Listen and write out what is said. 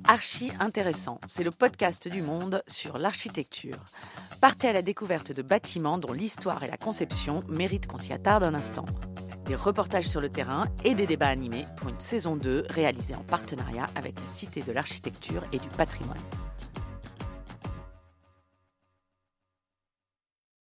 Archi Intéressant, c'est le podcast du Monde sur l'architecture. Partez à la découverte de bâtiments dont l'histoire et la conception méritent qu'on s'y attarde un instant. Des reportages sur le terrain et des débats animés pour une saison 2 réalisée en partenariat avec la Cité de l'Architecture et du Patrimoine.